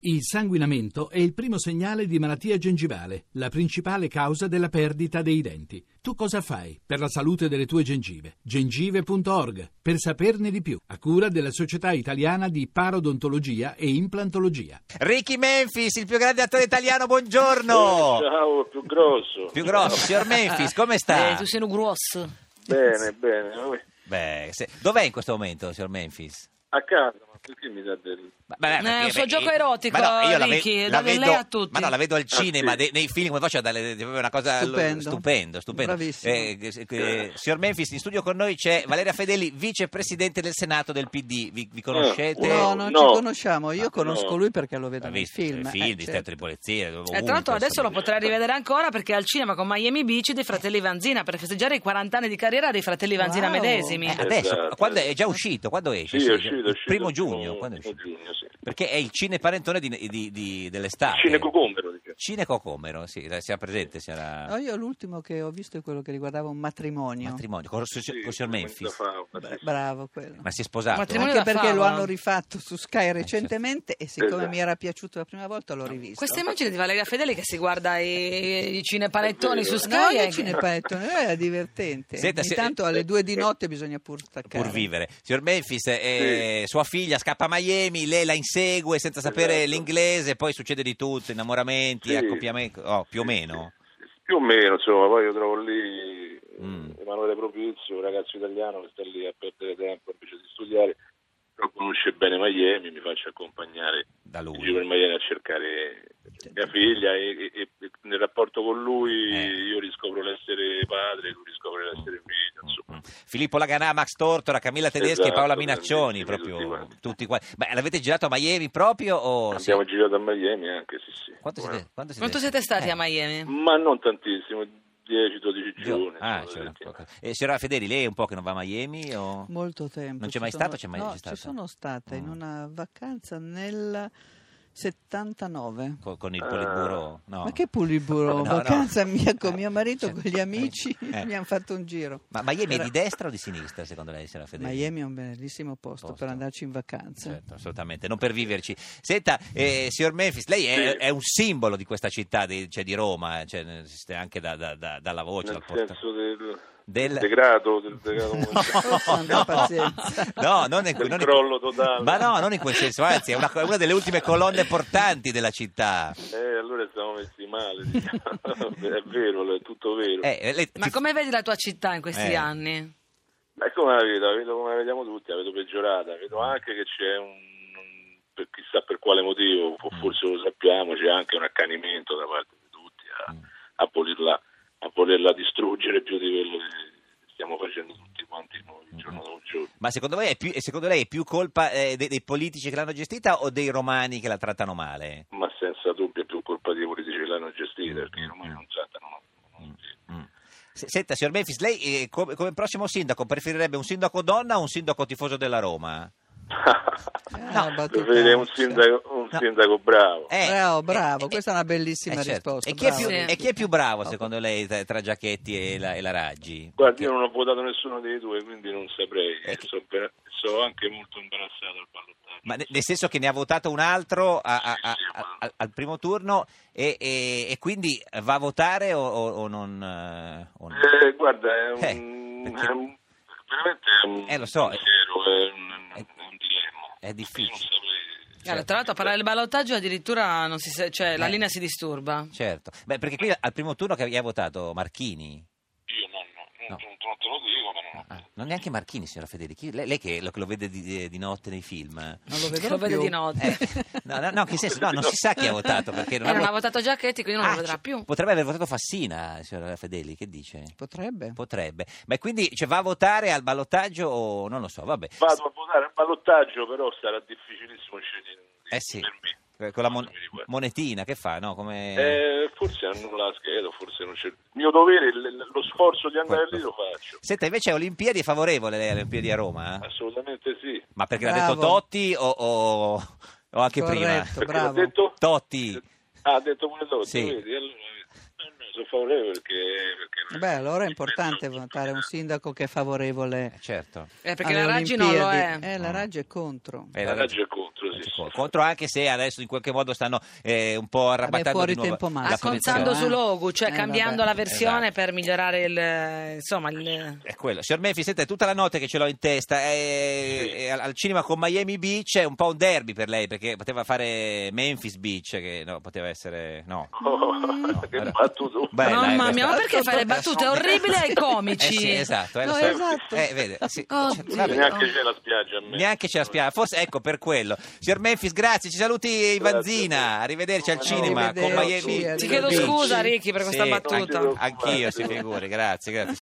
Il sanguinamento è il primo segnale di malattia gengivale, la principale causa della perdita dei denti. Tu cosa fai per la salute delle tue gengive? Gengive.org, per saperne di più, a cura della Società Italiana di Parodontologia e Implantologia. Ricky Memphis, il più grande attore italiano, buongiorno! Ciao, più grosso. Più grosso, signor Memphis, come sta? Tu sei un grosso. Bene, bene. Dov'è in questo momento, signor Memphis? A casa, ma perché mi dà del... Un suo gioco erotico, Ricky, da lei a tutti. Ma no, la vedo al cinema, sì. nei film, come faccio, una cosa stupendo. Bravissimo. Signor Memphis, in studio con noi c'è Valeria Fedeli, vicepresidente del Senato del PD. Vi conoscete? No, non ci conosciamo. Io conosco lui perché lo vedo nei film. Film, di certo. Teatro di Polizia. Tra l'altro adesso lo potrei rivedere ancora perché è al cinema con Miami Beach dei Fratelli Vanzina per festeggiare i 40 anni di carriera dei Fratelli Vanzina medesimi. Adesso, Esatto. quando è già uscito? Quando esce? Sì, è uscito. Primo giugno. Quando è uscito? Giugno, sì. Perché è il cineparentone dell'estate. Cinecocomero, diciamo. Cinecocomero, sì, sia presente, signora... No, io l'ultimo che ho visto è quello che riguardava un matrimonio. Con il signor Memphis. Bravo quello. Ma si è sposato? Matrimonio Anche da perché lo favola. hanno rifatto su Sky recentemente e siccome Esatto. mi era piaciuto la prima volta l'ho rivisto. Questa immagine di Valeria Fedeli che si guarda i cinepanettoni su No, Sky io cinepanettone, era divertente. Senta, Intanto alle 2 di notte bisogna pur staccare. Pur vivere. Signor Memphis, sua figlia scappa a Miami, lei la insegue senza sapere Esatto. l'inglese, poi succede di tutto, innamoramenti, Sì. accoppiamenti, più o meno. Più o meno, insomma, poi io trovo lì Emanuele Propizio, un ragazzo italiano che sta lì a perdere tempo invece di studiare, però conosce bene Miami, mi faccio accompagnare Da lui. giro per Miami a cercare mia figlia e nel rapporto con lui io riscopro l'essere padre, lui scopre l'essere figlio, insomma. Filippo Laganà, Max Tortora, Camilla Tedeschi e Esatto, Paola Minaccioni, tutti proprio quanti. tutti quanti. Beh, l'avete girato a Miami proprio o Abbiamo sì? girato a Miami anche, sì. Quanto siete stati a Miami? Ma non tantissimo, 10-12 giorni. Signora Fedeli, lei è un po' che non va a Miami o... Molto tempo. Non c'è mai stato? C'è mai no, stato? ci sono stata in una vacanza nel 79. Con il Politburo? No. Ma che Politburo? No. Vacanza mia con mio marito, con gli amici, mi hanno fatto un giro. Ma Miami è di destra o di sinistra, secondo lei, signora Fedeli? Miami è un bellissimo posto per andarci in vacanza. Certo, assolutamente, non per viverci. Senta, signor Memphis, lei è un simbolo di questa città, di Roma, anche dalla voce, Nel dal porto. senso del degrado No, pazienza. No, non è del crollo totale. Ma no, non in quel senso, anzi è una delle ultime colonne portanti della città. Allora siamo messi male, diciamo. È vero, è tutto vero. Ma come vedi la tua città in questi anni? Ma come la vedo come la vediamo tutti, la vedo peggiorata, vedo anche che c'è per chissà per quale motivo, forse lo sappiamo, c'è anche un accanimento da parte di tutti a volerla distruggere più di quello che stiamo facendo tutti quanti noi giorno dopo giorno. Ma secondo lei è più colpa dei politici che l'hanno gestita o dei romani che la trattano male? Ma senza dubbio è più colpa dei politici che l'hanno gestita, perché i romani non trattano Senta, signor Memphis, lei come prossimo sindaco preferirebbe un sindaco donna o un sindaco tifoso della Roma? Preferirei un sindaco bravo. Bravo, questa è una bellissima certo. risposta. E chi è più bravo secondo lei tra Giachetti e la Raggi? Guardi, io non ho votato nessuno dei due, quindi non saprei. Sono anche molto imbarazzato al ballottaggio. Ma nel senso che ne ha votato un altro al primo turno e quindi va a votare o non? Guarda, veramente è un lo so, pensiero, è un dilemma. è difficile. Tra l'altro a parlare del ballottaggio addirittura non si la linea si disturba. Certo. Beh, perché qui al primo turno che ha votato Marchini? Io non te lo dico, ma non. Non neanche Marchini, signora Fedeli. Lei che lo vede di notte nei film? Non lo vedo Lo più. vede di notte. No, che senso? No, non si sa chi ha votato perché Non ha votato Giachetti, quindi non lo vedrà più. Potrebbe aver votato Fassina, signora Fedeli, che dice? Potrebbe. Ma quindi va a votare al ballottaggio o non lo so, vabbè. Vado a votare al ballottaggio, però sarà difficilissimo scegliere per me. Con la monetina che fa, no? Come... forse annulla la scheda, forse non c'è. Il mio dovere, lo sforzo di andare lì lo faccio. Senta, invece Olimpiadi è favorevole lei alle Olimpiadi a Roma? Assolutamente sì. Ma perché l'ha detto Totti o anche Corretto, prima? Perché bravo. l'ha detto? Totti. Ha detto pure Totti, Sì. vedi? Allora, Sono favorevole perché Beh, allora è importante votare un sindaco che è favorevole Certo. Perché alle la Raggi non lo è. Olimpiadi. La Raggi è contro. la Raggi è contro, sì. Contro, anche se adesso in qualche modo stanno un po' arrabattando fuori di nuovo tempo massimo. la Acconciando posizione. su Logu, cioè cambiando vabbè. la versione Esatto. per migliorare il È quello. Signor Memphis, senta, è tutta la notte che ce l'ho in testa. Al cinema con Miami Beach è un po' un derby per lei, perché poteva fare Memphis Beach, che no, poteva essere... No. Che battuto. Bella, Mamma questa. mia, ma perché fai le battute orribili ai comici? Sì, esatto. No, lo so. esatto. Vede, sì. Oddio. Vabbè. Neanche c'è la spiaggia a me. Neanche ce la spiava, forse ecco per quello. Signor Memphis, grazie, ci saluti Ivanzina, arrivederci al cinema con Arrivederci, Miami. Ti chiedo Beach. scusa, Ricky, per questa Sì, battuta. Anch'io, si figuri, grazie.